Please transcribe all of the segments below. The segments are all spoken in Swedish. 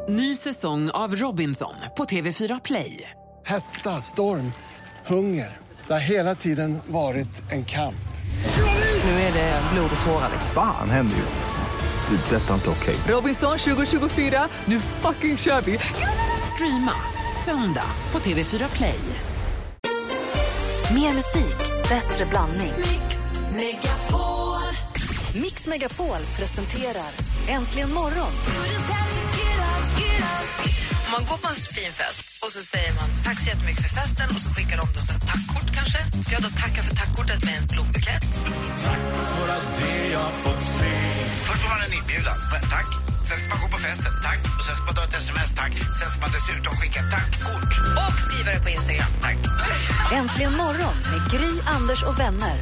Ny säsong av Robinson på TV4 Play. Hetta, storm, hunger. Det har hela tiden varit en kamp. Nu är det blod och tårar. Fan händer just nu. Det. Detta är inte okej. Robinson 2024, nu fucking kör vi. Streama söndag på TV4 Play. Mer musik, bättre blandning. Mix Megapol presenterar Äntligen morgon. Om man går på en fin fest och så säger man tack så jättemycket för festen och så skickar de då så här tackkort kanske. Ska jag då tacka för tackkortet med en blombukett? Tack för allt det jag fått se. Först får man en inbjudan. Tack. Sen ska man gå på festen. Tack. Och sen ska man ta ett sms. Tack. Sen ska man dessutom skicka tackkort. Och skriva det på Instagram. Tack. Äntligen morgon med Gry, Anders och vänner.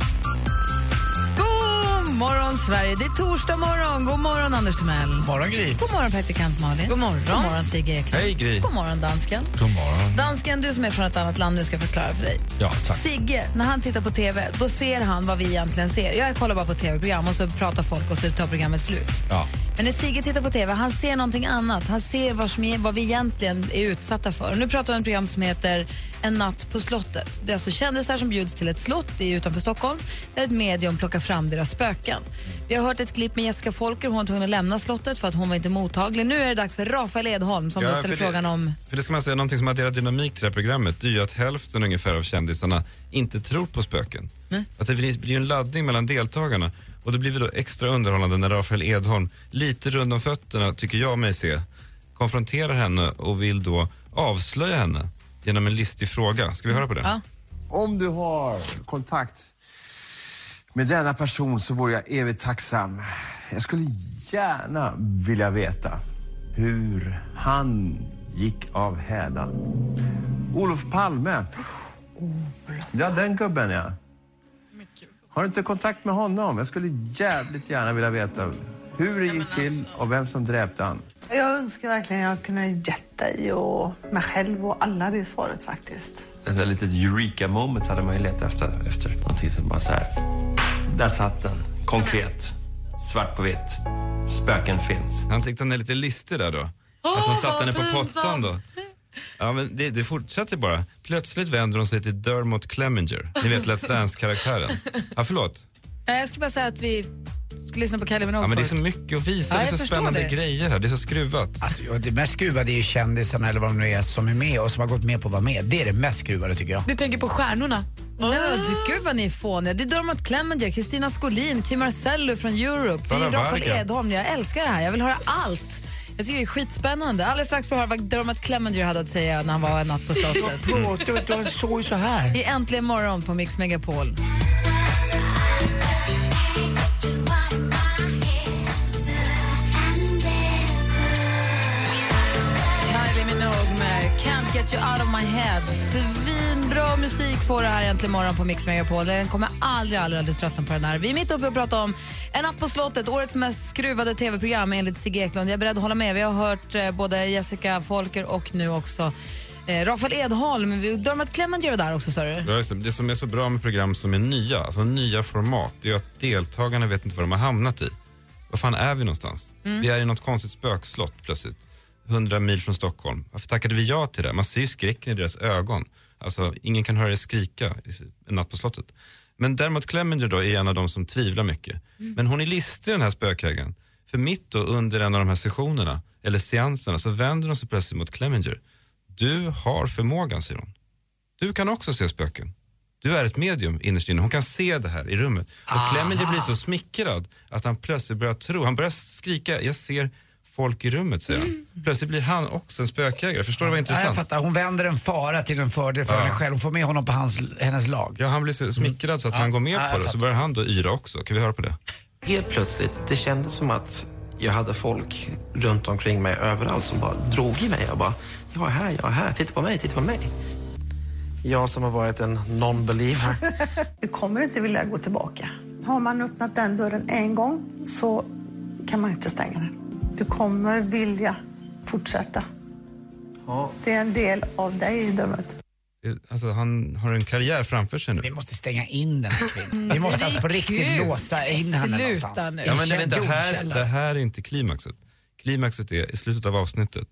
God morgon Sverige, det är torsdag morgon. God morgon Anders Timell. Morgon Gry. God morgon praktikant Malin. God morgon. God morgon Sigge Eklund. Hej Gry. God morgon dansken. God morgon. Dansken, du som är från ett annat land, nu ska jag förklara för dig. Ja, tack. Sigge, när han tittar på TV, då ser han vad vi egentligen ser. Jag kollar bara på TV-program och så pratar folk och så tar programmet slut. Ja. Men när Sigge tittar på TV, han ser någonting annat. Han ser vad vi egentligen är utsatta för. Och nu pratar vi om ett program som heter En natt på slottet. Det är alltså kändisar som bjuds till ett slott, det är utanför Stockholm, där ett medium plockar fram deras spöken. Vi har hört ett klipp med Jessica Folker, hon var tvungen att lämna slottet för att hon var inte mottaglig. Nu är det dags för Rafael Edholm som då ställer frågan om... För det ska man säga, någonting som adderar dynamik till det här programmet, det är ju att hälften ungefär av kändisarna inte tror på spöken. Att det blir en laddning mellan deltagarna. Och det blir väl då extra underhållande när Rafael Edholm, lite runt om fötterna tycker jag mig se, konfronterar henne och vill då avslöja henne genom en listig fråga. Ska vi höra på det? Ja. Om du har kontakt med denna person så vore jag evigt tacksam. Jag skulle gärna vilja veta hur han gick av hädan. Olof Palme. Ja, den gubben, ja. Har du inte kontakt med honom? Jag skulle jävligt gärna vilja veta hur det gick till och vem som dräpte han. Jag önskar verkligen att jag kunde gett dig och mig själv och alla det svaret faktiskt. Ett där litet eureka moment hade man ju letat efter någonting som bara så här. Där satt den, konkret, svart på vitt. Spöken finns. Han tyckte han är lite listig där då. Att han satt henne på pottan då. Ja, men det fortsätter bara. Plötsligt vänder hon sig till Dermot Clemenger. Ni vet Let's Dance-karaktären. Ja, förlåt. Jag skulle bara säga att vi ska lyssna på Kylie Minogue. Ja, men det är så mycket att visa. Ja, det är så spännande grejer här. Det är så skruvat. Alltså, det mest skruvade är ju kändisarna eller vad de nu är som är med och som har gått med på att vara med. Det är det mest skruvade tycker jag. Du tänker på stjärnorna? Gud vad ni är fåniga. Det är Dermot Clemenger, Kristina Skolin, Kim Marcello från Europe. Det är Rafael Edholm. Jag älskar det här. Jag vill höra allt. Jag tycker det är skitspännande. Alldeles strax får höra vad Dermot Clemenger hade att säga när han var en natt på slottet. Du såg ju så här. I Äntligen morgon på Mix Megapol. Kylie Minogue med Can't Get You Out of My Head. Svinbra musik får det här Äntligen morgon på Mix Megapol. Den kommer aldrig tröttna på den här. Vi är mitt uppe och pratar om En natt på slottet, årets mest skruvade tv-program enligt Sigge Eklund. Jag är beredd att hålla med. Vi har hört både Jessica Folker och nu också Rafael Edholm. Dermot Clemenger där också, sa du? Ja, just det som är så bra med program som är nya, alltså nya format, det är att deltagarna vet inte var de har hamnat i. Var fan är vi någonstans? Vi är i något konstigt spökslott plötsligt. 100 mil från Stockholm. Varför tackade vi ja till det? Man ser ju skräcken i deras ögon. Alltså, ingen kan höra det skrika En natt på slottet. Men däremot Clemenger då är en av de som tvivlar mycket. Men hon är listig, den här spökhögen. För mitt då under en av de här sessionerna, eller seanserna, så vänder hon sig plötsligt mot Clemenger. Du har förmågan, säger hon. Du kan också se spöken. Du är ett medium innerst inne. Hon kan se det här i rummet. Och Clemenger blir så smickrad att han plötsligt börjar tro. Han börjar skrika, jag ser folk i rummet, säger han. Plötsligt blir han också en spökjägare. Förstår du vad intressant? Ja, jag fattar. Hon vänder en fara till en fördel för henne själv. Hon får med honom på hennes lag. Ja, han blir så smickrad så att han går med på det. Så börjar han då yra också. Kan vi höra på det? Helt plötsligt, det kändes som att jag hade folk runt omkring mig överallt som bara drog i mig. Jag bara, jag är här, titta på mig. Jag som har varit en non-believer. Du kommer inte vilja gå tillbaka. Har man öppnat den dörren en gång så kan man inte stänga den. Du kommer vilja fortsätta. Ja. Det är en del av dig, Dermot. Alltså, han har en karriär framför sig nu. Vi måste stänga in den här kvinnan. Vi måste alltså på riktigt låsa in henne någonstans. Ja, men det här är inte klimaxet. Klimaxet är i slutet av avsnittet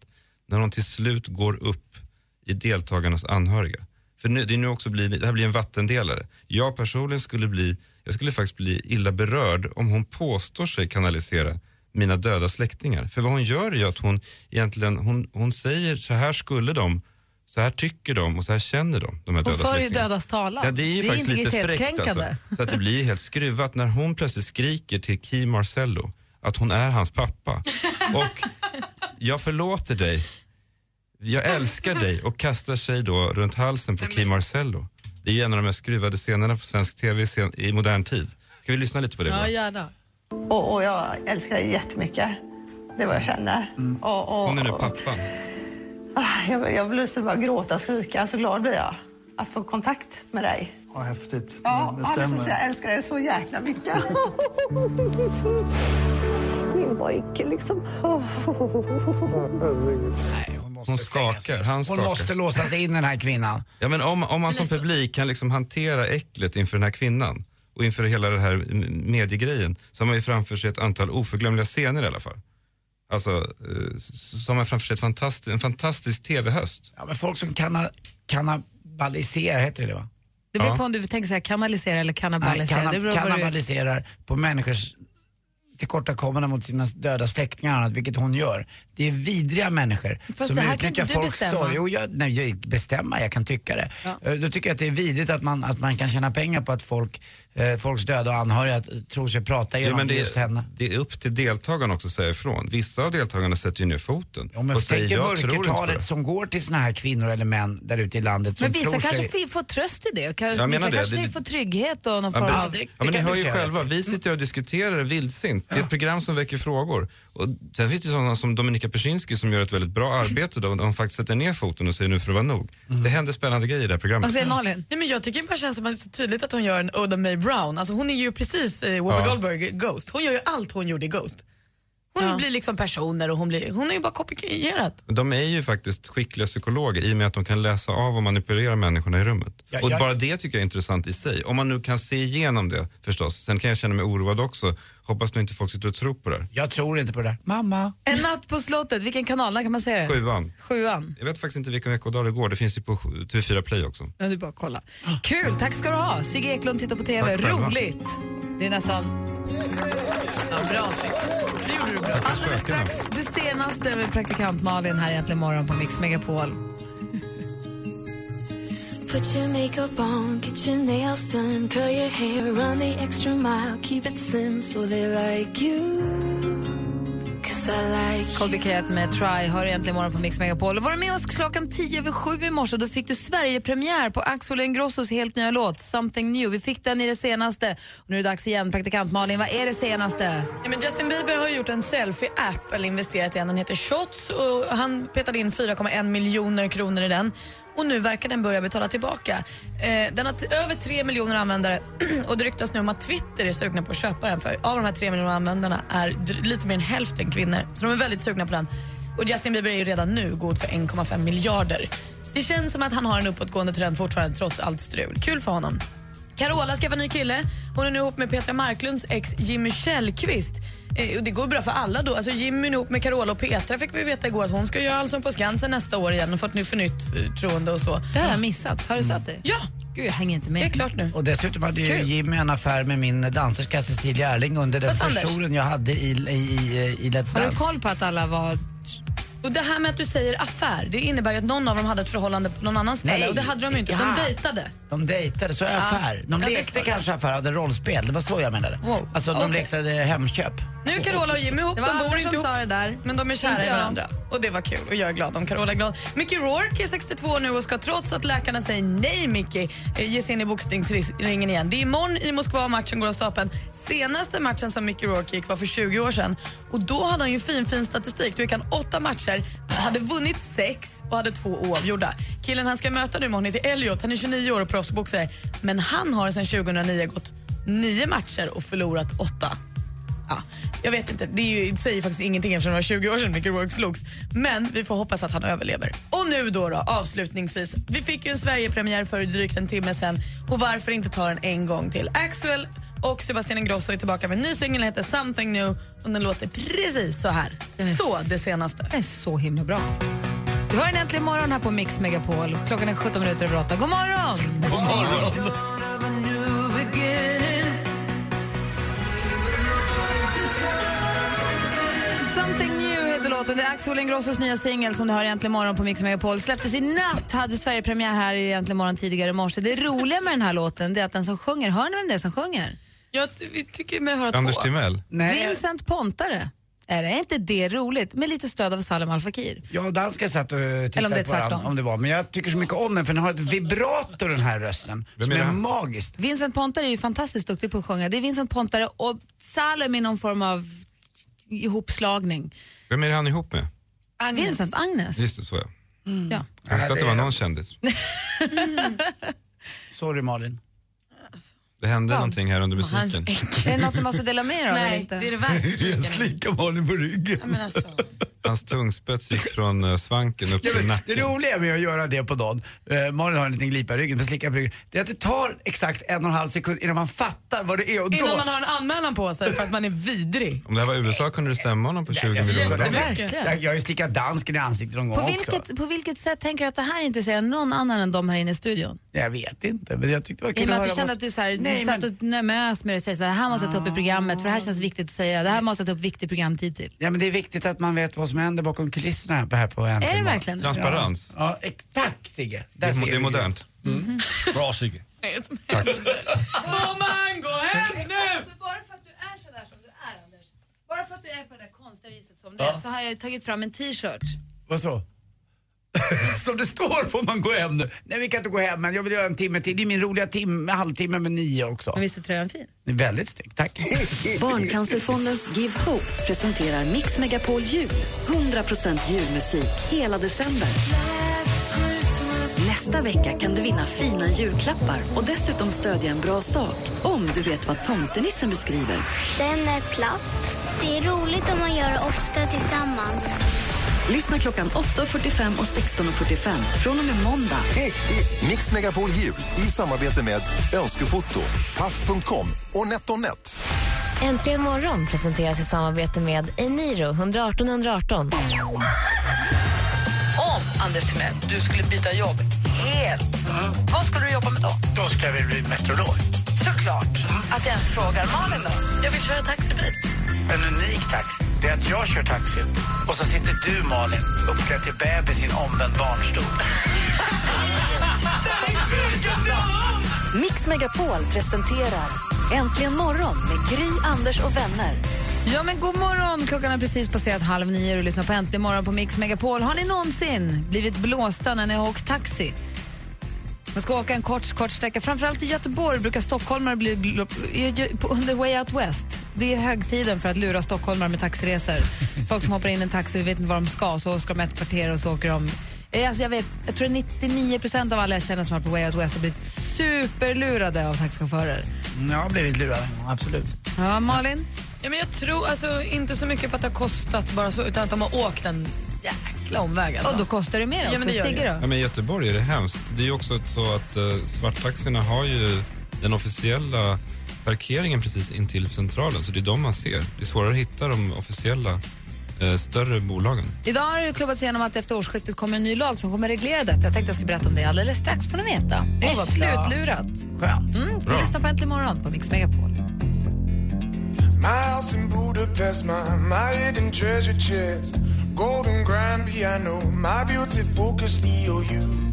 när hon till slut går upp i deltagarnas anhöriga. För nu, det här blir en vattendelare. Jag personligen skulle faktiskt bli illa berörd om hon påstår sig kanalisera mina döda släktingar. För vad hon gör är ju att hon egentligen, hon säger så här skulle de, så här tycker de och så här känner de här döda släktingarna. Och för ju dödas talan. Ja, det är ju faktiskt lite fräckt alltså. Så att det blir helt skruvat när hon plötsligt skriker till Key Marcello att hon är hans pappa. Och jag förlåter dig. Jag älskar dig, och kastar sig då runt halsen på Key Marcello. Det är en av de mest skruvade scenerna på svensk tv i modern tid. Ska vi lyssna lite på det? Ja, gärna. Och jag älskar dig jättemycket. Det är vad jag känner. Hon är nu pappan. Jag vill just bara gråta och skrika. Så glad blir jag att få kontakt med dig. Vad häftigt. Ja, det stämmer. jag älskar dig så jäkla mycket. Min pojke liksom. Nej, hon skakar, han skakar. Hon måste låsa sig in, den här kvinnan. Ja, men om man som publik kan liksom hantera äcklet inför den här kvinnan och inför hela den här mediegrejen, så har man ju framför sig ett antal oförglömliga scener i alla fall. Alltså, så har man framför sig en fantastisk tv-höst. Ja, men folk som kannibaliserar, heter det va? Det beror på om du tänker så här, kanalisera eller kannibalisera. Nej, kannibaliserar på människors tillkortakommande mot sina döda släktingar och annat, vilket hon gör. Det är vidriga människor som utnyttjar folks sorg. Jo, jag bestämmer, jag kan tycka det. Ja. Då tycker jag att det är vidrigt att man kan tjäna pengar på att folks döda och anhöriga tror sig prata genom just henne. Det är upp till deltagarna också att säga ifrån. Vissa av deltagarna sätter ju ner foten. Ja, men tänk mörkertalet som går till såna här kvinnor eller män där ute i landet. Men vissa kanske får tröst i det. Vissa kanske får trygghet och någon form av... Ja, men ni hör ju själva, vi sitter och diskuterar vildsint. Det är ett program som väcker frågor. Och sen finns det sådana som Dominika Persinski som gör ett väldigt bra arbete då. De faktiskt sätter ner foten och säger nu för att vara nog. Det händer spännande grejer i det här programmet. Vad säger Malin? Nej, men jag tycker det bara känns som att det är så tydligt att hon gör en Oda Mae Brown. Alltså hon är ju precis Whoopi Goldberg Ghost. Hon gör ju allt hon gjorde i Ghost. Hon blir liksom personer och hon är ju bara kopierat. De är ju faktiskt skickliga psykologer i och med att de kan läsa av och manipulera människorna i rummet. Och bara det tycker jag är intressant i sig. Om man nu kan se igenom det förstås. Sen kan jag känna mig oroad också. Hoppas nu inte folk sitter och tror på det. Jag tror inte på det. Mamma. En natt på slottet, vilken kanal kan man se det? 7:an. Jag vet faktiskt inte vilken veckodag det går. Det finns ju på TV4 Play också. Ja, du bara kolla. Kul, tack ska du ha. Sigge Eklund tittar på TV. Roligt. Det är nästan... Ja, bra Sigge. Det gjorde du bra. Alldeles strax det senaste med praktikant Malin här egentligen morgon på Mix Megapol. Put your makeup on, get your nails done, curl your hair, run the extra mile, keep it slim so they like you. Colby Cat med Try har egentligen morgon på Mix Megapol. Var du med oss klockan 10:07 i morse, då fick du Sverige-premiär på Axel Ingrossos helt nya låt Something New. Vi fick den i det senaste och nu är det dags igen. Praktikant Malin, vad är det senaste? Ja, men Justin Bieber har gjort en selfie-app, eller investerat i den heter Shots, och han petade in 4,1 miljoner kronor i den. Och nu verkar den börja betala tillbaka. Den har över 3 miljoner användare och det ryktas nu om att Twitter är sugna på att köpa den. För av de här 3 miljoner användarna är lite mer än hälften kvinnor. Så de är väldigt sugna på den. Och Justin Bieber är ju redan nu god för 1,5 miljarder. Det känns som att han har en uppåtgående trend fortfarande trots allt strul. Kul för honom. Carola skaffar ny kille. Hon är nu ihop med Petra Marklunds ex Jimmy Källqvist. Och det går bra för alla då. Alltså Jimmy är ihop med Carola och Petra fick vi veta igår att hon ska göra Allsång på Skansen nästa år igen och fått nu för nytt förtroende och så. Det har jag missat. Har du sett det? Ja. Gud, jag hänger inte med. Det är klart nu. Och dessutom hade ju Jimmy en affär med min danserska Cecilia Erling under den sessionen jag hade i Let's Dance. Har du koll på att alla var... Och det här med att du säger affär, det innebär ju att någon av dem hade ett förhållande på någon annan ställe. Nej. Och det hade de ju inte, de dejtade. De dejtade, så är affär. De lekte kanske affär, hade rollspel, det var så jag menade. Wow. Alltså de lekte Hemköp. Nu är Carola och Jimmy ihop, de bor inte ihop, det där. Men de är kära i varandra. Och det var kul och jag är glad om Carola är glad. Mickey Rourke är 62 nu och ska trots att läkarna säger nej Mickey ge sig in i boxningsringen igen. Det är imorgon i Moskva matchen går av stapeln. Senaste matchen som Mickey Rourke gick var för 20 år sedan. Och då hade han ju fin statistik. Då gick han 8 matcher, hade vunnit 6 och hade 2 oavgjorda. Killen han ska möta nu imorgon heter Elliot. Han är 29 år och proffsboxare. Men han har sedan 2009 gått 9 matcher och förlorat 8. Ja, jag vet inte, det säger faktiskt ingenting eftersom det var 20 år sedan Mickey Rourke slogs. Men vi får hoppas att han överlever. Och nu då, avslutningsvis. Vi fick ju en Sverige-premiär för drygt en timme sedan. Och varför inte ta den en gång till? Axel och Sebastian Ingrosso är tillbaka med en ny singel, heter Something New. Och den låter precis så här. Så det senaste. Det är så himla bra. Du hör en äntligen morgon här på Mix Megapol. Klockan är 17 minuter över 8. God morgon! God morgon! Something New heter låten. Det är Axel Ingrossos nya singel som du hör Äntligen morgon på Mix Megapol. Släpptes i natt, hade Sverige-premiär här i Äntligen morgon tidigare i morse. Det roliga med den här låten det är att den som sjunger, hör ni vem det är som sjunger? Jag tycker mig höra Anders två. Timell. Vincent Pontare. Är inte det roligt? Med lite stöd av Salim Al Fakir. Ja, danska satt och tittade på varandra om det var. Men jag tycker så mycket om den för den har ett vibrato den här rösten. Vem som är magiskt. Vincent Pontare är ju fantastiskt duktig på att sjunga. Det är Vincent Pontare och Salim i någon form av ihopslagning. Vem är det han ihop med? Vincent Agnes. Just det, så ja. Ja. Jag visste att det var någon kändis. Sorry Malin. Det hände någonting här under musiken. Är det något du måste dela med er av? Nej, det är det verkligen. Jag slickar Malin på ryggen. Ja, men alltså. Hans tungspets gick från svanken upp till nacken. Det roliga med att göra det på dagen, Malin har en liten glipa i ryggen, för slicka på ryggen, det är att det tar exakt 1,5 sekund innan man fattar vad det är. Och då... Innan man har en anmälan på sig för att man är vidrig. Om det här var USA kunde du stämma honom på 20 miljoner. Jag har ju slickat dansken i ansiktet någon gång också. På vilket sätt tänker du att det här intresserar någon annan än de här inne i studion? Jag vet inte, men jag tyckte det var kul att höra. Du kände vad... att du, du satt och nervös med det och säger så här, det här måste jag ta upp i programmet för det här känns viktigt att säga. Det här måste jag ta upp viktig programtid till. Ja, men det är viktigt att man vet vad som händer bakom kulisserna här på en. Är det verkligen? Transparens. Ja, tack Sigge. Det är modernt. Bra Sigge. Tack. Får man gå hem nu? Alltså, bara för att du är så där som du är, Anders. Bara för att du är på det där konstiga viset som det så har jag tagit fram en t-shirt. Vad så? Som det står får man gå hem nu. Nej, vi kan inte gå hem, men jag vill göra en timme till. Det är min roliga halvtimme med 9 också. Men visst är tröjan fin? Det är väldigt snyggt, tack. Barncancerfondens Give Hope presenterar Mix Megapol Jul. 100% julmusik hela december. Nästa vecka kan du vinna fina julklappar och dessutom stödja en bra sak om du vet vad tomtenissen beskriver. Den är platt. Det är roligt om man gör det ofta tillsammans. Lyssna klockan 8.45 och 16.45 från och med måndag. Mix Megapol Jul i samarbete med Önskefoto, Paff.com och NetOnNet. Äntligen morgon presenteras i samarbete med Eniro 118 118. Om, Anders Timell, du skulle byta jobb helt, vad skulle du jobba med då? Då skulle jag vilja bli meteorolog. Såklart. Att jag ens frågar. Malin då? Jag vill köra taxibil. En unik taxi, det är att jag kör taxi och så sitter du Malin uppklädd till bebis i en omvänd barnstol. Mix Megapol presenterar Äntligen morgon med Gry, Anders och vänner. Ja, men god morgon. Klockan är precis passerat 8:30 och lyssnar på Äntligen morgon på Mix Megapol. Har ni någonsin blivit blåsta när ni har åkt taxi? Man ska åka en kort sträcka. Framförallt i Göteborg brukar stockholmare bli under Way Out West. Det är högtiden för att lura stockholmare med taxiresor. Folk som hoppar in i en taxi och vet inte var de ska de ett kvarter och så åker de. Alltså jag tror 99% av alla jag känner som har på Way Out West har blivit superlurade av taxichaufförer. Jag har blivit lurad, absolut. Ja, Malin? Ja, men jag tror alltså inte så mycket på att det har kostat bara så, utan att de har åkt en jäkla omväg. Alltså. Och då kostar det mer också. Ja, men det gör Sigge då? Ja, men i Göteborg är det hemskt. Det är ju också så att svarttaxierna har ju den officiella parkeringen precis intill centralen, så det är de man ser. Det är svårare att hitta de officiella större bolagen. Idag har det klubbats igenom att efter årsskiftet kommer en ny lag som kommer reglera detta. Jag tänkte jag skulle berätta om det alldeles strax, får ni veta. Det är slutlurat. Skönt. Du lyssnar på Äntligen morgon på Mix Megapol. My house in Budapest, my hidden treasure chest, golden grand piano, my beauty focus, you.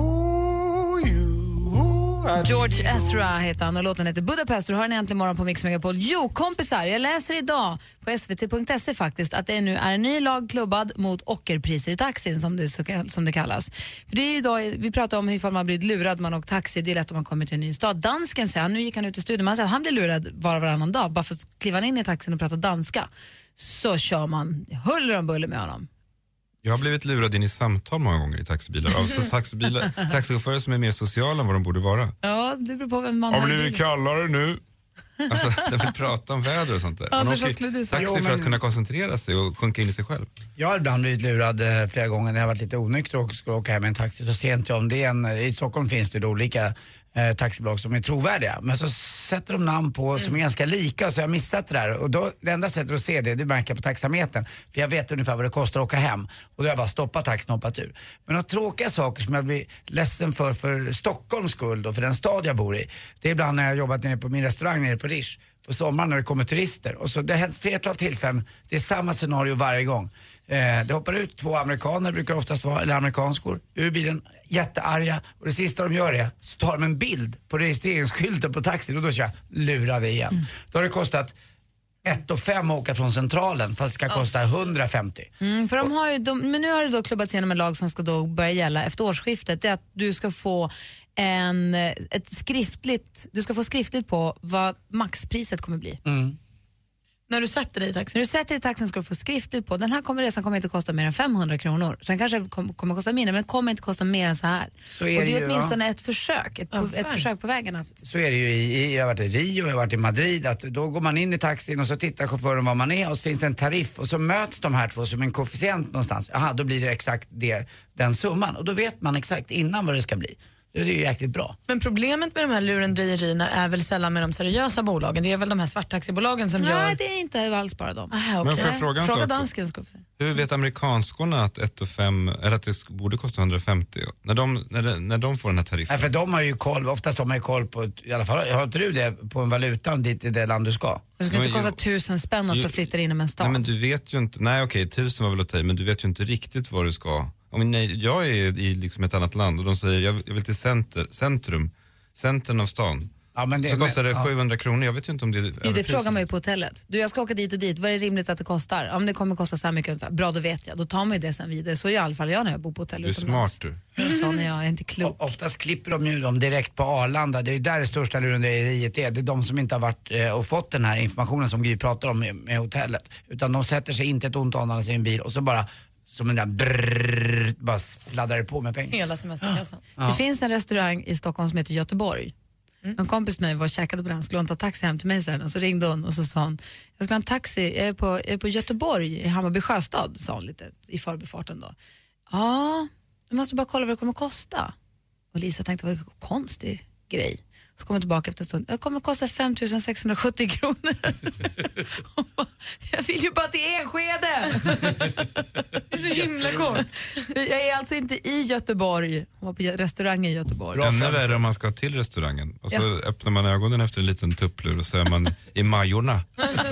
George Ezra heter han och låten heter Budapest. Du hör en Äntligen morgon på Mix Megapol. Jo, kompisar, jag läser idag på svt.se faktiskt att det nu är en ny lag klubbad mot ockerpriser i taxin som det kallas. För det är ju idag, vi pratar om hur man blir lurad man åker taxi, det är lätt om man kommer till en ny stad. Dansken säger, nu gick han ut i studion, man säger att han blir lurad varannan dag bara för att kliva in i taxin och prata danska. Så kör man huller om buller med honom. Jag har blivit lurad in i samtal många gånger i taxibilar. Alltså taxichaufförer som är mer sociala än vad de borde vara. Ja, det beror på vem man har har blivit kallare nu. Alltså, de vill prata om väder och sånt där. Anders, vad skulle du säga? Taxi för att kunna koncentrera sig och sjunka in i sig själv. Jag har ibland blivit lurad flera gånger när jag har varit lite onykter och skulle åka hem med en taxi. Så ser inte jag om det är i Stockholm finns det då olika taxibolag som är trovärdiga. Men så sätter de namn på som är ganska lika, så jag har missat det där. Och då, det enda sättet att se det märker jag på taxametern. För jag vet ungefär vad det kostar att åka hem. Och då har jag bara stoppat taxin och hoppat ur. Men de tråkiga saker som jag blir ledsen för Stockholms skull och för den stad jag bor i. Det är ibland när jag har jobbat nere på min restaurang nere på Rish på sommaren när det kommer turister. Och så det har hänt flertal tillfällen. Det är samma scenario varje gång. Det hoppar ut 2 amerikaner, brukar oftast vara, eller amerikanskor, ur bilen, jättearga. Och det sista de gör är, så tar de en bild på registreringsskylten på taxin och då kör jag, lurade igen. Då har det kostat 1,5 åka från centralen, fast det ska kosta 150. För de har ju, men nu har det då klubbats igenom en lag som ska då börja gälla efter årsskiftet. Det är att du ska få skriftligt på vad maxpriset kommer bli. När du sätter dig i taxin? När du sätter dig i taxin ska du få skriftligt på. Den här resan kommer inte kosta mer än 500 kronor. Sen kanske det kommer kosta mindre, men det kommer inte kosta mer än så här. Så är och det är ju, åtminstone ett försök. Ett försök på vägen. Alltså. Så är det ju jag har varit i Rio, jag har varit i Madrid. Att då går man in i taxin och så tittar chauffören var man är och så finns det en tariff och så möts de här två som en koefficient någonstans. Jaha, då blir det exakt den summan. Och då vet man exakt innan vad det ska bli. Det är ju jäkligt bra. Men problemet med de här lurendrejerierna är väl sällan med de seriösa bolagen. Det är väl de här svarttaxibolagen som gör... Nej, det är inte alls bara dem. Okay. Men får jag fråga en sak? Dansken, ska jag säga. Hur vet amerikanskorna att 1,5 eller att det borde kosta 150 när de får den här tariffen? Nej, för de har ju koll, oftast de har ju koll på, i alla fall, har inte du det på en valuta dit i det land du ska? Det skulle inte kosta 1000 spänn att flytta inom en stad. Nej, men du vet ju inte, nej okej, 1000 var väl att ta i, men du vet ju inte riktigt vad du ska. Jag är i liksom ett annat land och de säger jag vill till centrum av stan. Ja, men det, så kostar det 700 kronor, jag vet ju inte om det är det frågar man ju på hotellet. Jag ska åka dit och dit, vad är det rimligt att det kostar? Om det kommer kosta så här mycket, bra då vet jag. Då tar man ju det sen vidare. Så är i alla fall jag när jag bor på hotell. Du är smart du. Sån är jag är inte klok. Oftast klipper de ju dem direkt på Arlanda. Det är ju där det största lurendrejeriet är. Det är de som inte har varit och fått den här informationen som Gry pratar om med hotellet. Utan de sätter sig inte ett ont anandes i en bil och så bara som en där bara fladdrar det på med pengar. Hela semesterkassan. Det finns en restaurang i Stockholm som heter Göteborg. En kompis med mig var och käkade på den, skulle hon ta taxi hem till mig sen och så ringde hon och så sa hon, jag ska ha en taxi, jag är på Göteborg i Hammarby Sjöstad, sa hon lite i förbifarten då. Ja, du måste bara kolla vad det kommer kosta. Och Lisa tänkte, vad konstig grej. Så kommer jag tillbaka efter en stund. Det kommer kosta 5 670 kronor. Jag vill ju bara till Enskede. Det är så himla kort. Jag är alltså inte i Göteborg. Hon var på restaurang i Göteborg. Ännu värre om man ska till restaurangen. Och så öppnar man ögonen efter en liten tupplur och så är man i Majorna.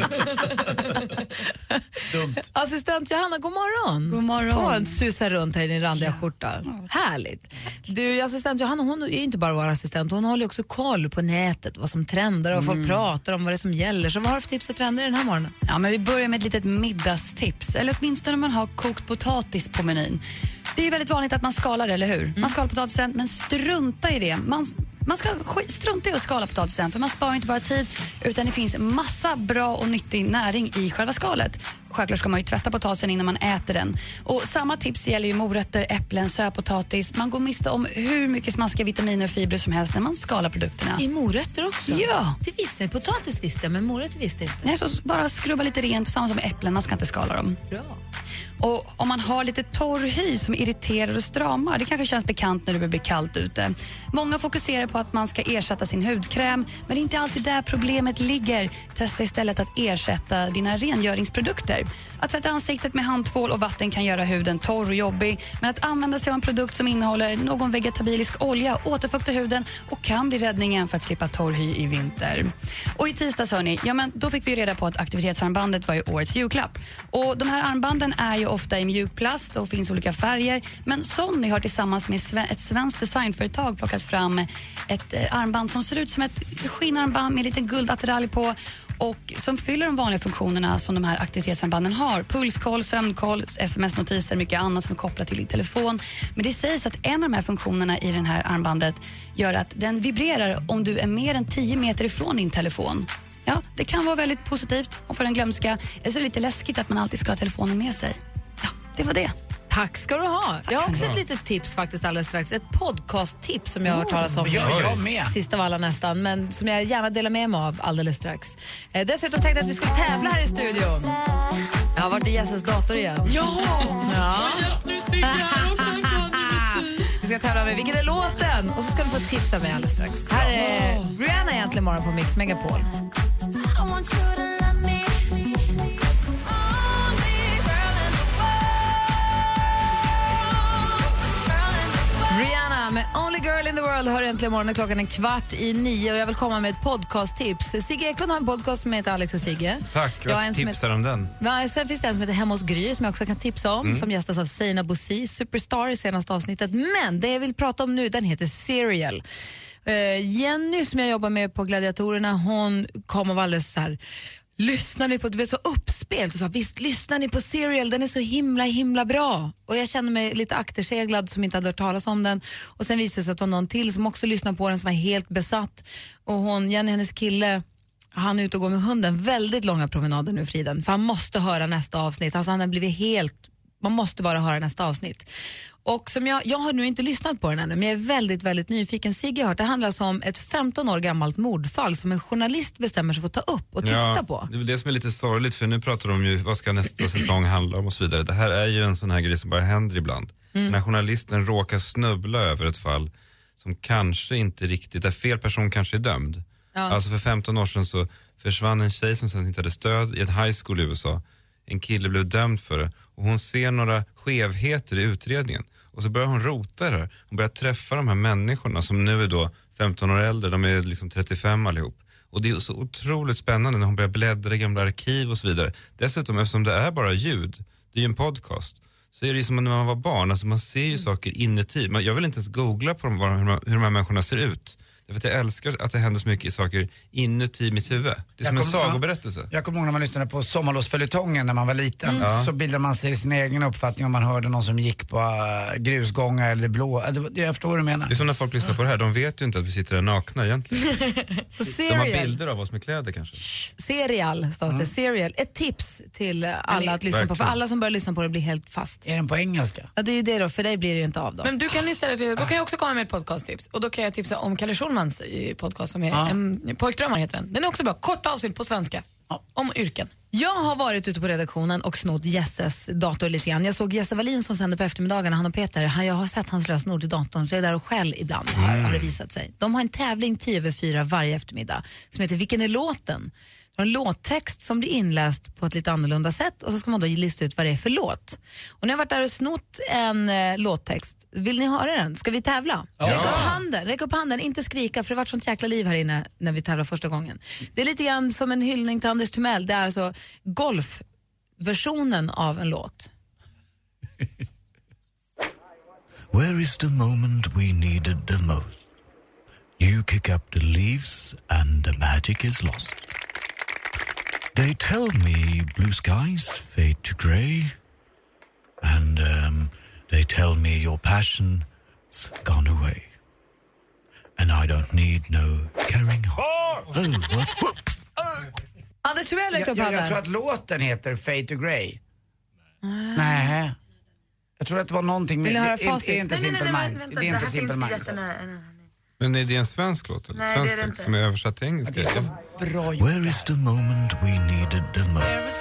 Dumt. Assistent Johanna, god morgon. God morgon. Ta en susa runt här i din randiga skjorta. Härligt. Du, assistent Johanna, hon är inte bara vår assistent. Hon håller också koll på nätet, vad som trendar och folk pratar om vad det är som gäller. Så vad har du för tips och trender den här morgonen? Ja, men vi börjar med ett litet middagstips. Eller åtminstone om man har kokt potatis på menyn. Det är ju väldigt vanligt att man skalar, eller hur? Man skalar potatisen, men strunta i det. Man ska strunta i att skala potatisen, för man sparar inte bara tid, utan det finns massa bra och nyttig näring i själva skalet. Självklart ska man ju tvätta potatisen innan man äter den. Och samma tips gäller ju morötter, äpplen, sötpotatis. Man går miste om hur mycket smaskiga vitaminer och fibrer som helst när man skalar produkterna. I morötter också? Ja. Det visste jag. Potatis visste jag, men morötter visste jag inte. Nej, så bara skrubba lite rent, samma som med äpplen, man ska inte skala dem. Bra. Och om man har lite torr hy som irriterar och stramar, det kanske känns bekant när det börjar bli kallt ute. Många fokuserar på att man ska ersätta sin hudkräm, men det är inte alltid där problemet ligger. Testa istället att ersätta dina rengöringsprodukter. Att tvätta ansiktet med handtvål och vatten kan göra huden torr och jobbig, men att använda sig av en produkt som innehåller någon vegetabilisk olja återfuktar huden och kan bli räddningen för att slippa torr hy i vinter. Och i tisdags, hörni, då fick vi reda på att aktivitetsarmbandet var ju årets julklapp. Och de här armbanden är ju ofta i mjuk plast och finns olika färger, men Sony har tillsammans med ett svenskt designföretag plockat fram ett armband som ser ut som ett skinnarmband med en liten guldattiralj på och som fyller de vanliga funktionerna som de här aktivitetsarmbanden har. Pulskoll, sömnkoll, sms-notiser, mycket annat som är kopplat till din telefon. Men det sägs att en av de här funktionerna i den här armbandet gör att den vibrerar om du är mer än 10 meter ifrån din telefon. Ja, det kan vara väldigt positivt och för en glömska är det lite läskigt att man alltid ska ha telefonen med sig. Ja, det var det. Tack ska du ha. Jag har också ett litet tips faktiskt alldeles strax. Ett podcast-tips som jag har hört talas om. Jag med. Sist av alla nästan, men som jag gärna delar med mig av alldeles strax. Dessutom tänkte jag att vi skulle tävla här i studion. Jag har varit i Jesses dator igen. Ja. Vi ska tävla med vilken är låten och så ska vi få tipsa mig alldeles strax. Här är Rihanna egentligen morgon på Mix Megapol. Rihanna med Only Girl in the World hör äntligen morgon. Klockan är 8:15 och jag vill komma med ett podcasttips. Sigge Eklund har en podcast som heter Alex och Sigge. Tack, jag tipsar om den. Sen finns det en som heter Hemma hos Gry som jag också kan tipsa om, som gästas av Seina Bosi, Superstar i senaste avsnittet. Men det jag vill prata om nu, den heter Serial. Jenny som jag jobbar med på Gladiatorerna, hon kom av alldeles så här: lyssnar ni på, du vet, så uppspelt och sa, visst lyssnar ni på Serial, den är så himla bimla och jag kände mig lite akterseglad som inte hade hört talas om den och sen visade det sig att det var någon till som också lyssnade på den som var helt besatt och hon, Jenny, hennes kille, han är ute och går med hunden väldigt långa promenader nu Friden, för han måste höra nästa avsnitt, alltså han har blivit helt, man måste bara höra nästa avsnitt. Och som jag har nu inte lyssnat på den ännu, men jag är väldigt nyfiken. Sigge har hört, det handlar alltså om ett 15 år gammalt mordfall som en journalist bestämmer sig för att ta upp och titta på. Det är det som är lite sorgligt, för nu pratar de ju vad ska nästa säsong handla om och så vidare. Det här är ju en sån här grej som bara händer ibland. När journalisten råkar snubbla över ett fall som kanske inte riktigt, där fel person kanske är dömd. Ja. Alltså för 15 år sedan så försvann en tjej som sen inte hade stöd i ett high school i USA. En kille blev dömd för det och hon ser några skevheter i utredningen. Och så börjar hon rota det här. Hon börjar träffa de här människorna som nu är då 15 år äldre. De är liksom 35 allihop. Och det är så otroligt spännande när hon börjar bläddra i gamla arkiv och så vidare. Dessutom, eftersom det är bara ljud, det är ju en podcast, så är det ju som när man var barn. Alltså man ser ju saker inuti. Jag vill inte ens googla på hur de här människorna ser ut. Därför att jag älskar att det händer så mycket saker inuti mitt huvud. Det är som en sagoberättelse. Jag kommer ihåg när man lyssnade på Sommarlovsföljetongen när man var liten. Så bildade man sig sin egen uppfattning om man hörde någon som gick på grusgångar eller blå. Jag förstår vad du menar. Det är som när folk lyssnar på det här. De vet ju inte att vi sitter där nakna egentligen. Så de har bilder av oss med kläder kanske. Serial, stavas det. Serial. Ett tips till alla att lyssna på. För alla som börjar lyssna på det blir helt fast. Är den på engelska? Ja, det är ju det då. För dig blir det ju inte av då. Men du kan istället, då kan jag också komma med ett podcasttips. Och då kan jag tipsa om Kalle Schulmans podcast som är Pojkdrömmar heter den. Den är också bra. Korta avsnitt på svenska. Om yrken. Jag har varit ute på redaktionen och snott Jesses dator lite grann. Jag såg Jesse Wallin som sände på eftermiddagarna, han och Peter. Jag har sett hans lösenord i datorn, så jag är där och skäll ibland, har det visat sig. De har en tävling 10/4 varje eftermiddag som heter Vilken är låten? En låttext som blir inläst på ett lite annorlunda sätt och så ska man då lista ut vad det är för låt. Och när jag har varit där och snott en låttext, vill ni höra den? Ska vi tävla? Ja. Räck upp handen, inte skrika för det har varit sånt jäkla liv här inne när vi tävlar första gången. Det är lite grann som en hyllning till Anders Timell. Det är alltså golfversionen av en låt. Where is the moment we needed the most? You kick up the leaves and the magic is lost. They tell me blue skies fade to grey, and they tell me your passion's gone away, and I don't need no carrying on. Anders, du vill lägga upp handen. Jag tror att låten heter Fade to Grey. Nej. Jag tror att det var någonting med... Vill ni höra facit? Det är inte Simple Minds. Det är inte Simple Minds. Men är det en svensk låt? Eller? Nej, svensk text som är översatt till engelska? Ja, bra. Where is the moment we needed the most?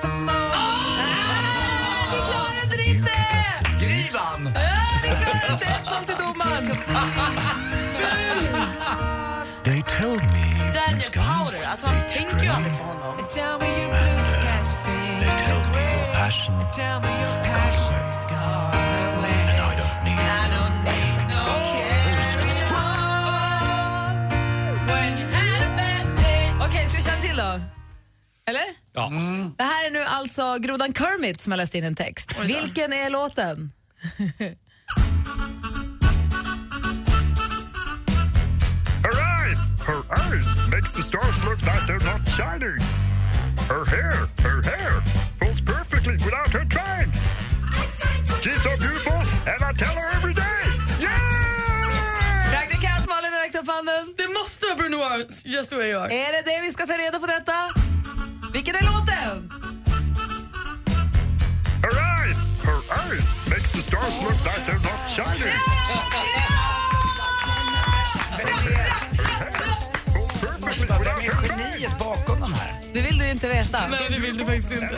Vi klarade det inte! Grivan! Vi klarade inte! 1-0 till domaren! They tell me Daniel Powder, alltså man tänker ju aldrig på honom. they tell me your passion's gone away, and I don't need no Okej, ska vi känna till då? Eller? Ja. Det här är nu alltså grodan Kermit som har läst in en text. Vilken är låten? Her eyes makes the stars look like they're not shining. Her hair falls perfectly without her trying. She's so beautiful and I tell her every day. Yeah! Praktikant Malin har räckt upp handen. Det måste vara Bruno Mars, just the way you are. Är det det vi ska ta reda på detta? Vilken är låten? Her eyes makes the stars look like they're not shining. Vem är geniet bakom de här? Det vill du inte veta. Nej, det vill du faktiskt inte.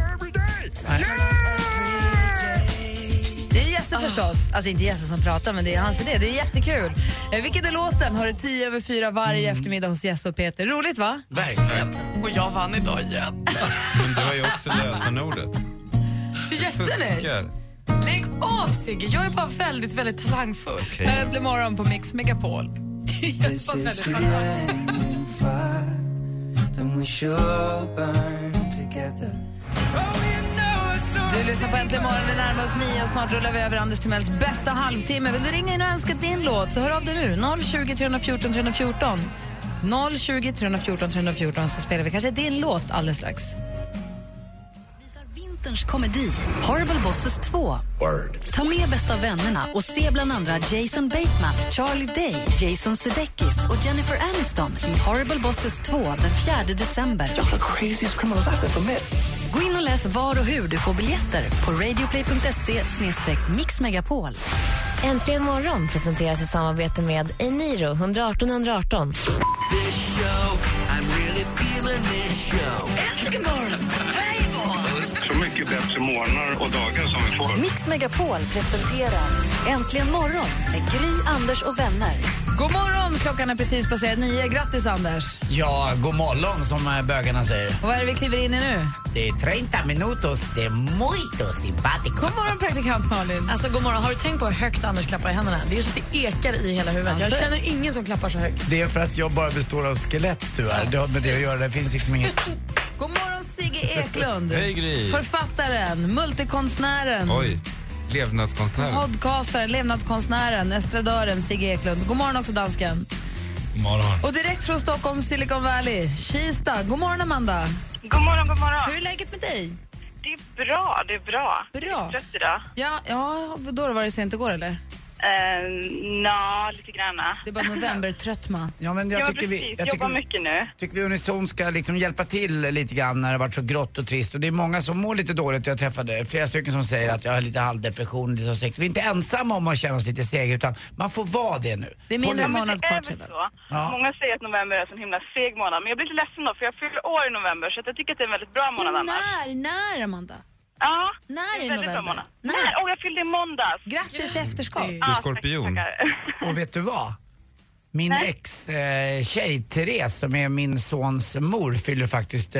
Det är Jesse förstås. Alltså inte Jesse som pratar, men det är hans idé. Det är jättekul. Vilket är låten? Har det 10:04 varje eftermiddag hos Jesse och Peter. Roligt, va? Verkligen. Och jag vann idag igen. Men du har ju också lösenordet. Jesse nu? Lägg av, Sigge. Jag är bara väldigt, väldigt talangfull. Okay. Här blir morgon på Mix Megapol. Jag är bara väldigt talangfull. Du lyssnar på Äntligen morgon, vi närmar oss 9 och snart rullar vi över Anders Timells bästa halvtimme. Vill du ringa in och önska din låt så hör av dig nu. 020 314 314. 020 314 314 så spelar vi kanske din låt alldeles strax. Vinterns komedi Horrible Bosses 2. Word. Ta med bästa av vännerna och se bland andra Jason Bateman, Charlie Day, Jason Sudeikis och Jennifer Aniston i Horrible Bosses 2 den 4 december. Y'all the craziest criminals I've ever met. Gå in och läs var och hur du får biljetter på radioplay.se/mixmegapol. Äntligen morgon presenteras i samarbete med Eniro 118 118. Äntligen morgon! Så mycket bättre morgnar och dagar som vi får. Mix Megapol presenterar Äntligen morgon med Gry, Anders och vänner. God morgon, klockan är precis passerat 9. Grattis, Anders. Ja, god morgon som bögarna säger. Och vad är det vi kliver in i nu? Det är 30 minutos de muito simpático. God morgon, praktikant Malin. Alltså, god morgon. Har du tänkt på hur högt Anders klappar i händerna? Det är så att det ekar i hela huvudet. Jag känner ingen som klappar så högt. Det är för att jag bara består av skelett, tyvärr. Det har med det att göra. Det finns liksom inget... God morgon, Sigge Eklund. Hej, Gry. Författaren, multikonstnären. Oj, levnadskonstnären. Podcastaren, levnadskonstnären, estradören Sigge Eklund. God morgon också, dansken. God morgon. Och direkt från Stockholm, Silicon Valley, Kista. God morgon, Amanda. God morgon, god morgon. Hur är läget med dig? Det är bra, det är bra. Bra. Trött idag. Ja, då var det sent igår, eller? Lite granna. Det är bara november-tröttma. Ja, men jag tycker jag jobbar mycket nu. Tycker vi unison ska liksom hjälpa till lite grann när det varit så grått och trist. Och det är många som mår lite dåligt. Jag träffade flera stycken som säger att jag har lite halvdepression. Lite så. Vi är inte ensamma om att känna oss lite seg, utan man får vara det nu. Det är mindre månad kvar. Ja. Många säger att november är en sån himla seg månad. Men jag blir lite ledsen då, för jag fyller år i november. Så jag tycker att det är en väldigt bra månad annars. När, Amanda? Ja, när i november? Nej, jag fyllde i måndags. Grattis efterskott. Du är skorpion. Och vet du vad? Min ex-tjej Therese, som är min sons mor, fyller faktiskt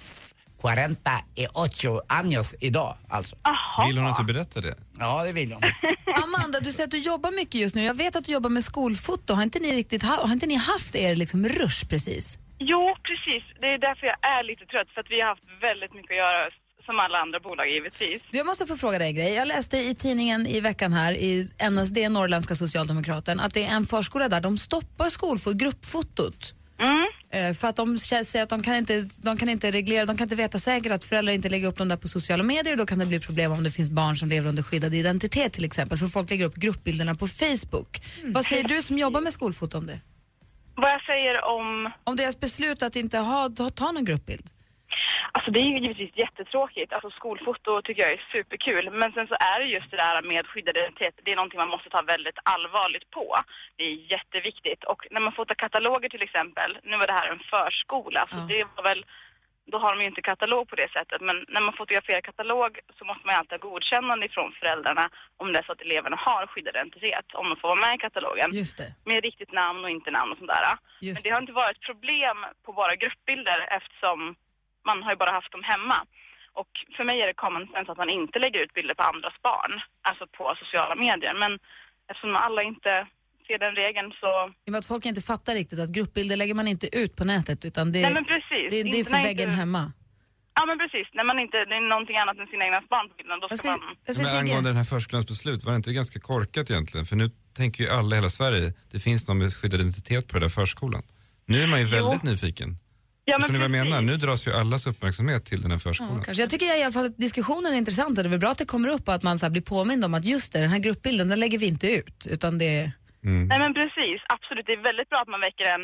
48 años idag alltså. Aha. Vill hon att du berättar det? Ja, det vill hon. Amanda, du säger att du jobbar mycket just nu. Jag vet att du jobbar med skolfoto. Har inte ni haft er liksom rush precis? Jo, precis. Det är därför jag är lite trött. För att vi har haft väldigt mycket att göra, som alla andra bolag givetvis. Jag måste få fråga dig en grej. Jag läste i tidningen i veckan här, i NSD, Norrländska Socialdemokraten, att det är en förskola där de stoppar gruppfotot. För att de säger att de kan inte reglera, de kan inte veta säkert att föräldrar inte lägger upp dem där på sociala medier. Då kan det bli problem om det finns barn som lever under skyddad identitet till exempel. För folk lägger upp gruppbilderna på Facebook. Vad säger du som jobbar med skolfoto om det? Vad jag säger om... Om deras beslut att inte ta någon gruppbild? Alltså det är ju givetvis jättetråkigt. Alltså skolfoto tycker jag är superkul. Men sen så är det just det där med skyddad identitet. Det är någonting man måste ta väldigt allvarligt på. Det är jätteviktigt. Och när man fotar kataloger till exempel. Nu var det här en förskola. Så det var väl... Då har de ju inte katalog på det sättet. Men när man fotograferar katalog så måste man alltid ha godkännande ifrån föräldrarna om det är så att eleverna har skyddad identitet. Om de får vara med i katalogen. Just det. Med riktigt namn och inte namn och sånt där. Men det har inte varit ett problem på bara gruppbilder eftersom man har ju bara haft dem hemma. Och för mig är det common sense att man inte lägger ut bilder på andras barn. Alltså på sociala medier. Men eftersom alla inte ser den regeln så... I och med att folk inte fattar riktigt att gruppbilder lägger man inte ut på nätet. Utan det, nej, men precis. Det är för väggen hemma. Ja, men precis. När man inte, det är någonting annat än sina egna barn på bilden, då ska man... Men angående den här förskolans beslut, var det inte ganska korkat egentligen? För nu tänker ju alla i hela Sverige, det finns någon med skyddad identitet på den där förskolan. Nu är man ju väldigt nyfiken. Ja, förstår ni vad jag menar? Nu dras ju allas uppmärksamhet till den här förskolan. Ja, kanske. Jag tycker i alla fall att diskussionen är intressant och det är väl bra att det kommer upp och att man så här blir påmind om att just det, den här gruppbilden, den lägger vi inte ut. Utan det... Nej men precis, absolut. Det är väldigt bra att man väcker en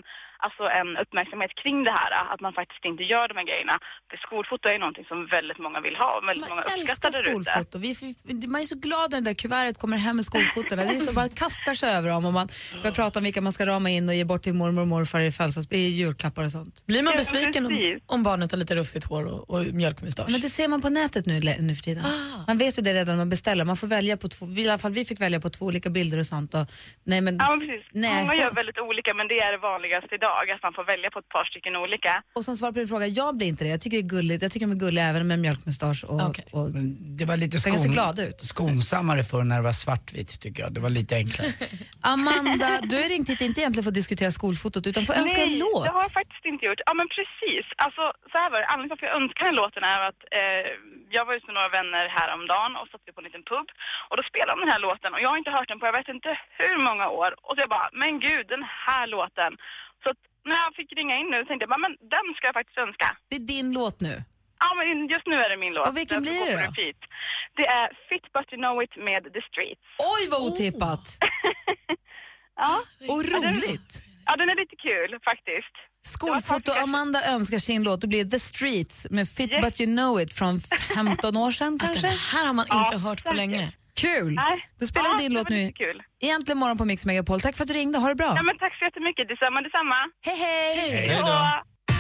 alltså en uppmärksamhet kring det här, att man faktiskt inte gör de här grejerna. För skolfoto är någonting som väldigt många vill ha, väldigt många uppskattar där ute. Skolfoto. Man är så glad när det där kuvertet kommer hem med skolfotorna. Det är så man kastar sig över dem och man börjar prata om vilka man ska rama in och ge bort till mormor och morfar i födelsedags, i julklappar och sånt. Blir man besviken om barnet har lite rufsigt hår och mjölkmustasch? Men det ser man på nätet nu för tiden. Man vet ju det redan när man beställer. Man får välja på två, i alla fall vi fick välja på 2 olika bilder och sånt. Och, ja, men precis. Många gör väldigt olika, men det är det vanligaste idag, att man får välja på ett par stycken olika. Och som svar på din fråga, jag blir inte det. Jag tycker det är gulligt. Jag tycker de är gulliga även med mjölkmustasch och det var lite skonsammare för när det var svartvitt, tycker jag. Det var lite enklare. Amanda, du har ringt hit inte egentligen för att diskutera skolfotot utan för att önska en låt. Nej, det har jag faktiskt inte gjort. Ja, men precis. Alltså, så här var det. Anledningen till att jag önskar den låten är att jag var ute med några vänner häromdagen och satt på en liten pub. Och då spelade de den här låten och jag har inte hört den på jag vet inte hur många år. Och så jag bara, men gud, den här låten. Så att när jag fick ringa in nu tänkte jag bara, men den ska jag faktiskt önska. Det är din låt nu? Ja, men just nu är det min låt. Och vilken blir det då? Det är Fit But You Know It med The Streets. Oj, vad otippat! Ja. Och roligt! Ja, den är lite kul faktiskt. Skolfoto Amanda önskar sin låt. Det blir The Streets med Fit But You Know It från 15 år sedan kanske. Det här har man inte hört på länge. Kul! Nej. Då spelar vi din låt nu. Egentligen morgon på Mix Megapol. Tack för att du ringde. Ha det bra. Ja, men tack så jättemycket. Detsamma. Hej, hej! Hej då!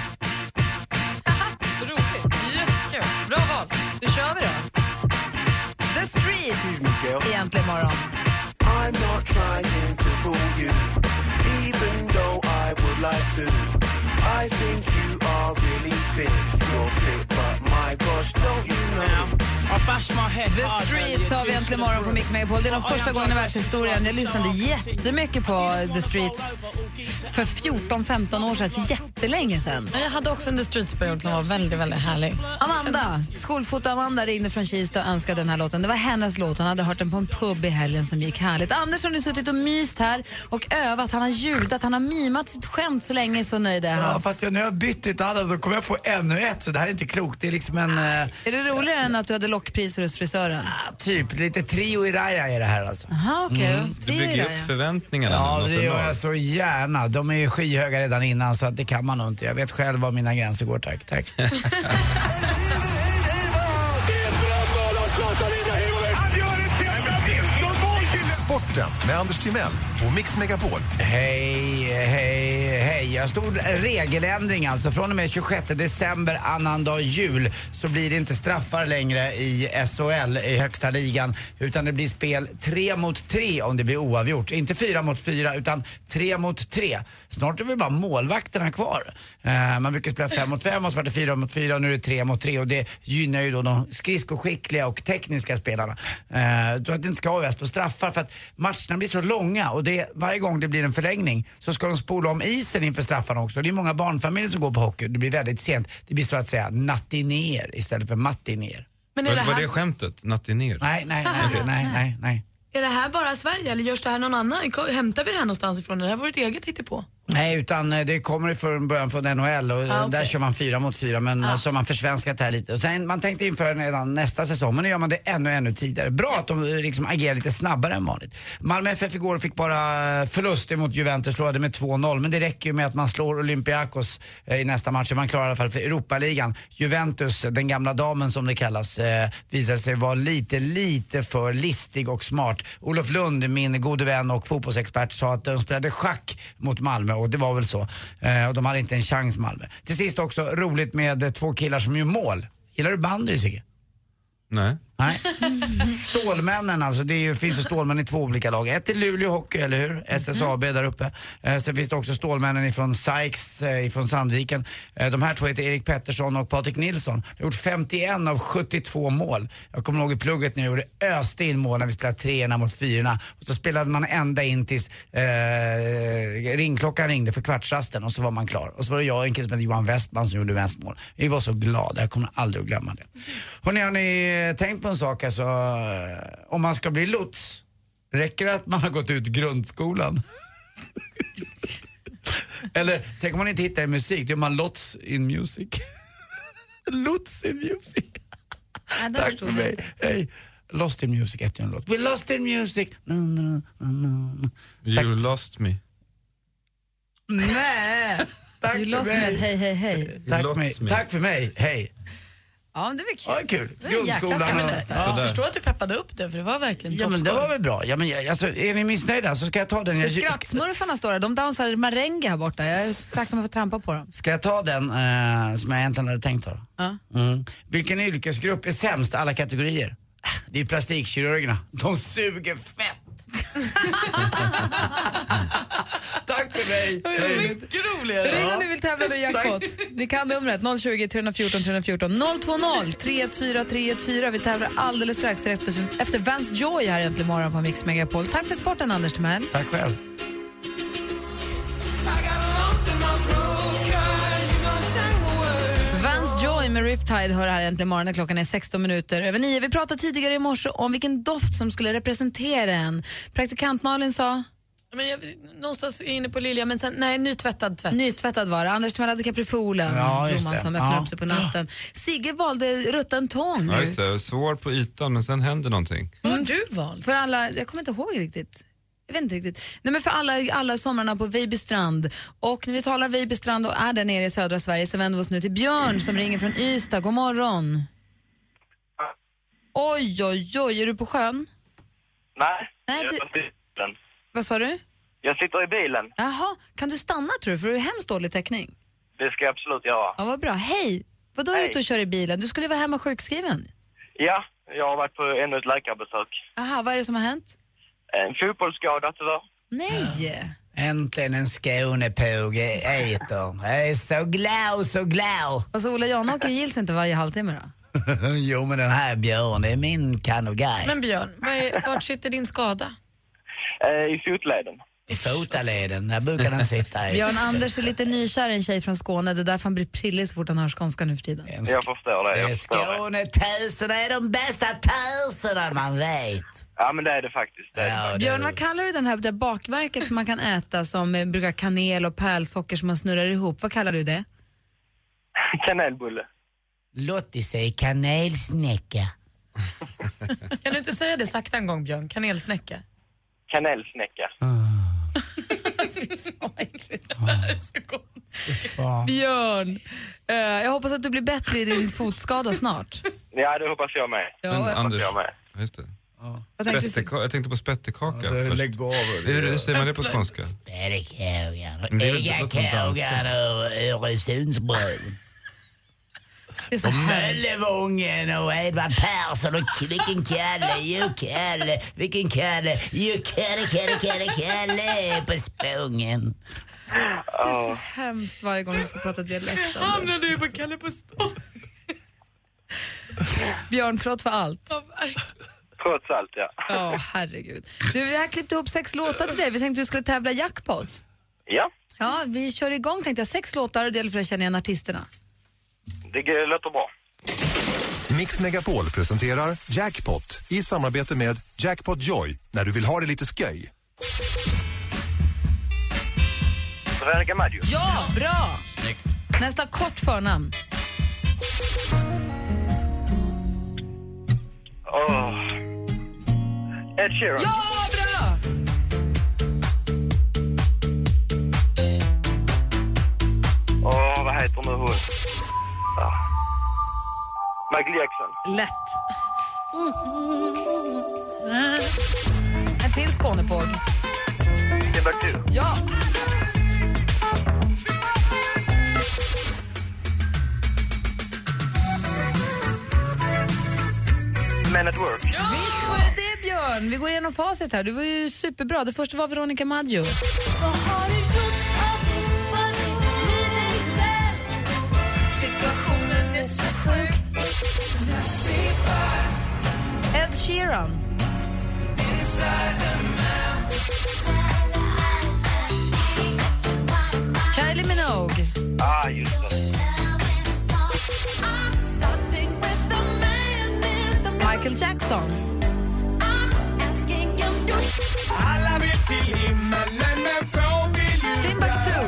Roligt. Jättekul. Bra val. Då kör vi då. The Streets. Egentligen morgon. I'm not trying to pull you, even though I would like to. I think you are really fit. You're fit, but my gosh, don't you know? The Streets har vi äntligen morgon på Mix Megapol. Det är de första gången i världshistorien. Jag lyssnade jättemycket på The Streets för 14-15 år sedan. Jättelänge sedan. Jag hade också en The Streets-period som var väldigt, väldigt härlig. Amanda, skolfoto Amanda ringde från Kista och önskade den här låten. Det var hennes låt. Han hade hört den på en pub i helgen som gick härligt. Anders har nu suttit och myst här och övat. Han har ljudat, han har mimat sitt skämt så länge, så nöjd är han. Ja, fast nu har jag bytt ett annat, så kom jag på ännu ett, så det här är inte klokt. Det är liksom en... Är det roligare än att du hade lockpriser hos frisören? Typ, lite trio i Raya är det här alltså. Aha, okej. Du bygger upp förväntningarna. Ja, det gör jag så gärna. De är ju skyhöga redan innan, så att det kan man nog inte. Jag vet själv var mina gränser går, tack. Sporten med Anders Timell och Mix Megapol. Hej. Jag stod regeländring alltså. Från och med 26 december, annandag jul, så blir det inte straffar längre i SHL, i högsta ligan. Utan det blir spel 3 mot 3 om det blir oavgjort. Inte 4 mot 4 utan 3 mot 3. Snart är det bara målvakterna kvar. Man brukar spela 5 mot 5 och så var det 4 mot 4 och nu är det 3 mot 3. Och det gynnar ju då de skridskoskickliga och tekniska spelarna. Så att det inte ska avgöras på straffar, för att matcherna blir så långa och varje gång det blir en förlängning så ska de spola om isen inför straffarna också. Det är många barnfamiljer som går på hockey. Det blir väldigt sent. Det blir så att säga nattinéer istället för mattinéer. Men var det skämtet? Nattinéer? Nej. Är det här bara Sverige eller görs det här någon annan? Hämtar vi det här någonstans ifrån? Det här var ett eget hittepå. Nej, utan det kommer från början från NHL och där kör man 4 mot 4, men så har man försvenskat här lite. Och sen man tänkte införa redan nästa säsong, men nu gör man det ännu tidigare. Bra att de liksom agerar lite snabbare än vanligt. Malmö FF igår fick bara förlust mot Juventus, förlorade med 2-0, men det räcker ju med att man slår Olympiakos i nästa match. Man klarar i alla fall för Europaligan. Juventus, den gamla damen som det kallas, visade sig vara lite för listig och smart. Olof Lund, min gode vän och fotbollsexpert, sa att de spelade schack mot Malmö. Och det var väl så. Och de hade inte en chans, Malmö. Till sist också roligt med 2 killar som gör mål. Gillar du bandy, Sigge? Nej. Stålmännen alltså, finns ju stålmän i 2 olika lag. Ett är Luleå Hockey, eller hur? SSAB där uppe. Sen finns det också stålmännen ifrån Sykes, ifrån Sandviken. De här 2 heter Erik Pettersson och Patrik Nilsson. De har gjort 51 av 72 mål. Jag kommer ihåg i plugget när jag gjorde öste in mål när vi spelade 3 mot 4. Och så spelade man ända in tills ringklockan ringde för kvartsrasten och så var man klar. Och så var det jag och en kille som hette Johan Westman som gjorde mest mål. Vi var så glada, jag kommer aldrig att glömma det. Hörrni, har ni tänkt på en sak? Alltså, om man ska bli lots, räcker det att man har gått ut grundskolan? Eller tänk om man inte hittar i musik, då är man lots in music. Lots in music. Tack för mig. Hej. Lost in music, ett en låt. We lost in music. You lost me. Nej! Tack You för lost mig. me, hej. Tack för mig, hej. Ja, det var kul. Kul. Grundskolan. Jag förstår att du peppade upp det, för det var verkligen Ja, men det var väl bra. Ja, men alltså, är ni missnöjda så ska jag ta den. Så skrattsmurfarna står där, de dansar merengue här borta. Jag är tacksam för att trampa på dem. Ska jag ta den som jag egentligen hade tänkt ta? Ja. Vilken yrkesgrupp är sämst alla kategorier? Det är plastikkirurgerna. De suger fett. Tack för mig. Det var mycket roligare. Ring om ni vill tävla i jackpot. Ni kan numret 020-314 020 314 314. Vi tävlar alldeles strax efter Vance Joy här egentligen morgon på Mix Megapol. Tack för sporten, Anders Timell. Tack själv. Vance Joy med Riptide hör här egentligen morgonen. Klockan är 16:16. Vi pratade tidigare i morse om vilken doft som skulle representera en. Praktikant Malin sa... Men jag någonstans inne på Lilja, men sen, nej, nytvättad tvätt. Nytvättad var det. Anders Timell hade kaprifolen. Ja, just Blomman det. som öppnade upp sig på natten. Sigge valde rutten tång. Ja, just det. Svår på ytan, men sen händer någonting. Vad har du valt? För alla, jag kommer inte ihåg riktigt. Jag vet inte riktigt. Nej, men för alla somrarna på Vejbystrand. Och när vi talar Vejbystrand och är där nere i södra Sverige så vänder vi oss nu till Björn som ringer från Ystad. God morgon. Oj, är du på sjön? Nej, Nej, jag du... är i bilen. Vad sa du? Jag sitter i bilen. Jaha, kan du stanna tror du? För du är hemskt dålig täckning. Det ska jag absolut göra. Ja, vad bra. Hej, vadå är Hej. ute och kör i bilen? Du skulle vara hemma sjukskriven. Ja, jag har varit på ännu ett läkarbesök. Aha, vad är det som har hänt? En fotbollsskada tyvärr. Nej! Äntligen en Skånepåg äter. Jag är så glad. Alltså Ola Janåker gills inte varje halvtimme då? Jo, men den här Björn, det är min kanogaj. Men Björn, vart sitter din skada? I fotleden. I fotleden, där brukar den sitta i. Björn Anders är lite nykär en tjej från Skåne. Det är därför han blir pillig så fort han hör skånska nu för tiden. Jag förstår det. Det är Skånetösen, det är de bästa töserna man vet. Ja, men det är det faktiskt. Björn, vad kallar du den här det bakverket som man kan äta som brukar kanel och pärlsocker som man snurrar ihop? Vad kallar du det? Kanelbulle. Lottie säger kanelsnäcka. Kan du inte säga det sakta en gång, Björn? Kanelsnäcka. Kanelsnäcka. Björn, jag hoppas att du blir bättre i din fotskada snart. Ja, det hoppas jag med. Ja, Men Anders, jag med. just det. Vad tänkte du? Jag tänkte på spettekaka Ja, först. lägg av. Hur säger man det på skånska? Spettekågan, Det är väl inte äggakågan och Öresundsbron. Det är så Och härligt. Möllevången och Edvard Persson och vilken Kalle, vilken Kalle på Spången. Det är så hemskt varje gång du ska prata dialekt. Hamnar du på Kalle på Spången? Björn, förlåt för allt. Trots allt, ja. Ja, herregud. Du, vi har klippt ihop 6 låtar till dig. Vi tänkte du skulle tävla jackpot. Ja, Ja, vi kör igång tänkte jag. 6 låtar och det gäller för att känna igen artisterna. det låter bra. Mix Megapol presenterar Jackpot i samarbete med Jackpot Joy när du vill ha det lite sköj. Veronica Maggio. Ja, bra! Snyggt. Nästa kort förnamn. Ed Sheeran. Ja, bra! Vad heter nu hon? Michael Jackson. Lätt. En till Skånepåg. Timbuktu. Ja. Men at Work. Visst var det det, Björn. Vi går igenom facit här. Du var ju superbra. Det första var Veronica Maggio. Situationen är så sjuk. Ed Sheeran. Kylie Minogue. Just det. Michael Jackson. Timbuktu.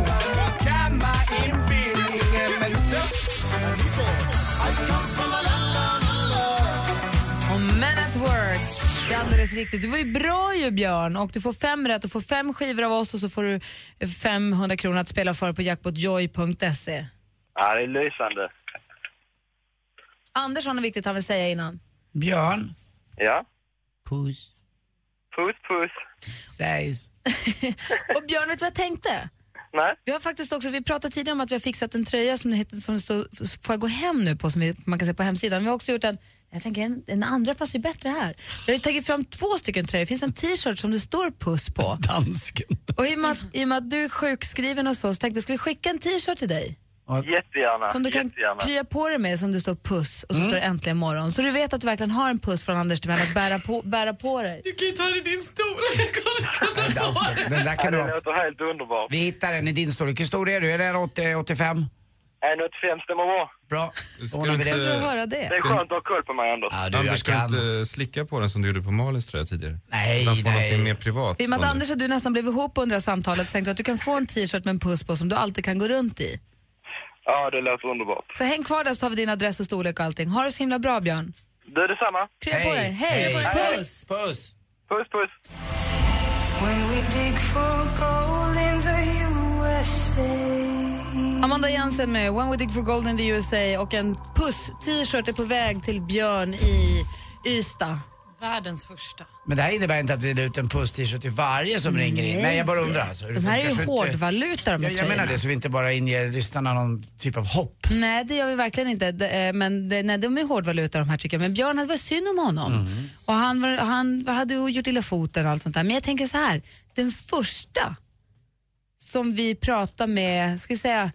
Och Men at Work. Det alldeles riktigt. Du var ju bra ju, Björn, och du får 5 rätt och får 5 skivor av oss och så får du 500 kronor att spela för på jackpotjoy.se. Ja, det är lysande. Anders har något viktigt han vill säga innan. Björn. Ja? Puss. Puss. Sägs. Och Björn, vet du vad jag tänkte? Nej. Vi har faktiskt också, vi pratade tidigare om att vi har fixat en tröja som det står Får jag gå hem nu på, som man kan se på hemsidan. Vi har också gjort jag tänker en andra passar ju bättre här. Vi har tagit fram 2 stycken tröjor. Det finns en t-shirt som det står puss på. Dansken. Och i och med att du är sjukskriven och så tänkte jag, ska vi skicka en t-shirt till dig? Jättegärna. Som du kan krya på dig med, som det står puss och så står det äntligen morgon. Så du vet att du verkligen har en puss från Anders till att bära på dig. Du kan ju ta det i din storlek. Den där kan det du låter helt underbart. Vi hittar den i din storlek. Hur stor är du? Är det 85? 1,85 stämmer bra. Bra. Ska du inte höra det? Det är skönt att ha koll på mig, Anders. Ja, Anders, ska du inte slicka på den som du gjorde på Malins tröja tidigare? Nej. Någonting mer privat. I och med att Anders och du nästan blev ihop under samtalet, tänkte att du kan få en t-shirt med en puss på som du alltid kan gå runt i. Ja, det låter underbart. Så häng kvar där så har vi din adress och storlek och allting. Ha det så himla bra, Björn. Du är detsamma. Krya på dig. Hej. Puss. Puss. When we dig for gold in the USA. Amanda Jensen med When We Dig For Gold in the USA och en puss-t-shirt är på väg till Björn i Ystad. Världens första. Men det här innebär inte att vi delar ut en puss-t-shirt till varje som ringer in. Nej, jag bara undrar. Alltså, de här är ju hårdvaluta, de här jag menar det, så vi inte bara inger lyssnarna någon typ av hopp. Nej, det gör vi verkligen inte. Men nej, de är hårdvaluta de här, tycker jag. Men Björn, hade varit synd om honom. Och han hade gjort illa foten och allt sånt där. Men jag tänker så här, den första som vi pratar med, ska vi säga,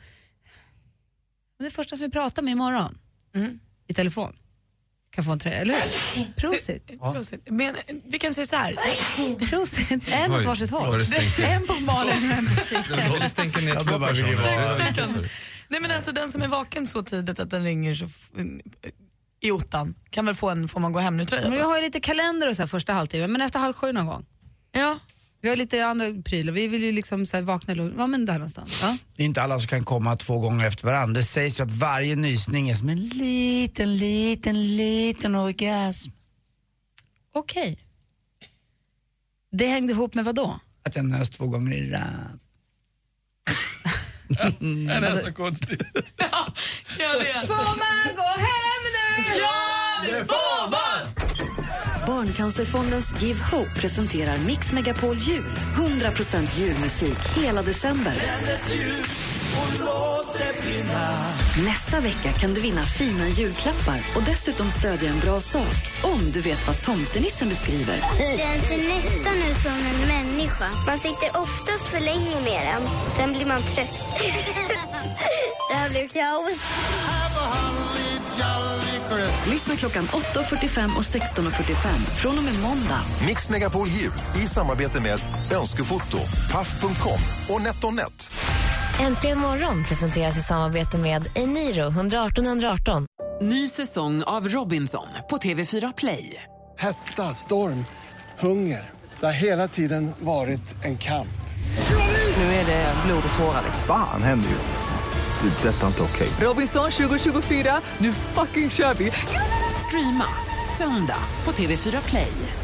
det första som vi pratar med imorgon i telefon kan få en tröja, eller hur? Prosit. Prosit. Men vi kan säga så här. Prosit. En åt varsitt håll. En på Malin och en på Siken. Jag vill stänka ner 2 personer. Nej, men alltså den som är vaken så tidigt att den ringer så i ottan kan väl får man gå hem nu tröja. Men vi har ju lite kalender och så här första halvtimmen, men efter 6:30 någon gång. Ja. Vi har lite andra prylar. Vi vill ju liksom så här vakna lugnt. Ja, men där någonstans. Ja. Det är inte alla som kan komma 2 gånger efter varandra. Det sägs ju att varje nysning är som en liten orgasm. Okej. Det hängde ihop med vad då? Att jag nös 2 gånger i rad. Det är så konstigt. Får man gå hem nu? Ja, det får man! Barncancerfondens Give Hope presenterar Mix Megapol Jul. 100% julmusik hela december. Nästa vecka kan du vinna fina julklappar och dessutom stödja en bra sak om du vet vad tomtenissen beskriver. Den ser nästan ut som en människa. Man sitter oftast för länge med den. Sen blir man trött. Det här blir kaos. Lyssna klockan 8.45 och 16.45 från och med måndag. Mix Megapol Jul i samarbete med Önskefoto, Paff.com och NetOnNet. Äntligen morgon presenteras i samarbete med Eniro 118. Ny säsong av Robinson på TV4 Play. Hetta, storm, hunger. Det har hela tiden varit en kamp. Nu är det blod och tårar. Fan händer just det. Detta är inte okej. Robinson 2024, nu fucking kör vi. Streama söndag på TV4 Play.